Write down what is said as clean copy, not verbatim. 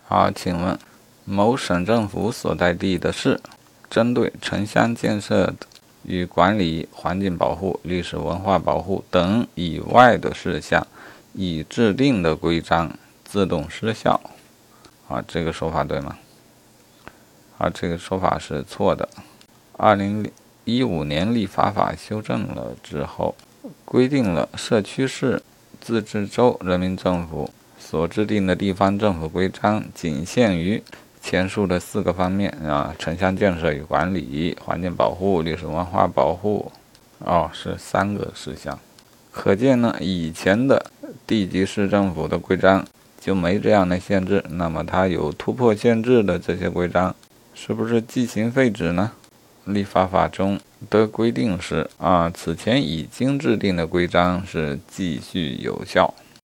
好，请问某省政府所在地的市，针对城乡建设与管理、环境保护、历史文化保护等以外的事项，已制定的规章自动失效。这个说法对吗？这个说法是错的。2015年立法法修正了之后，规定了社区市自治州人民政府所制定的地方政府规章仅限于前述的4个方面城乡建设与管理、环境保护、历史文化保护，是3个事项。可见呢，以前的地级市政府的规章就没这样的限制，那么它有突破限制的这些规章，是不是即行废止呢？立法法中的规定是此前已经制定的规章是继续有效。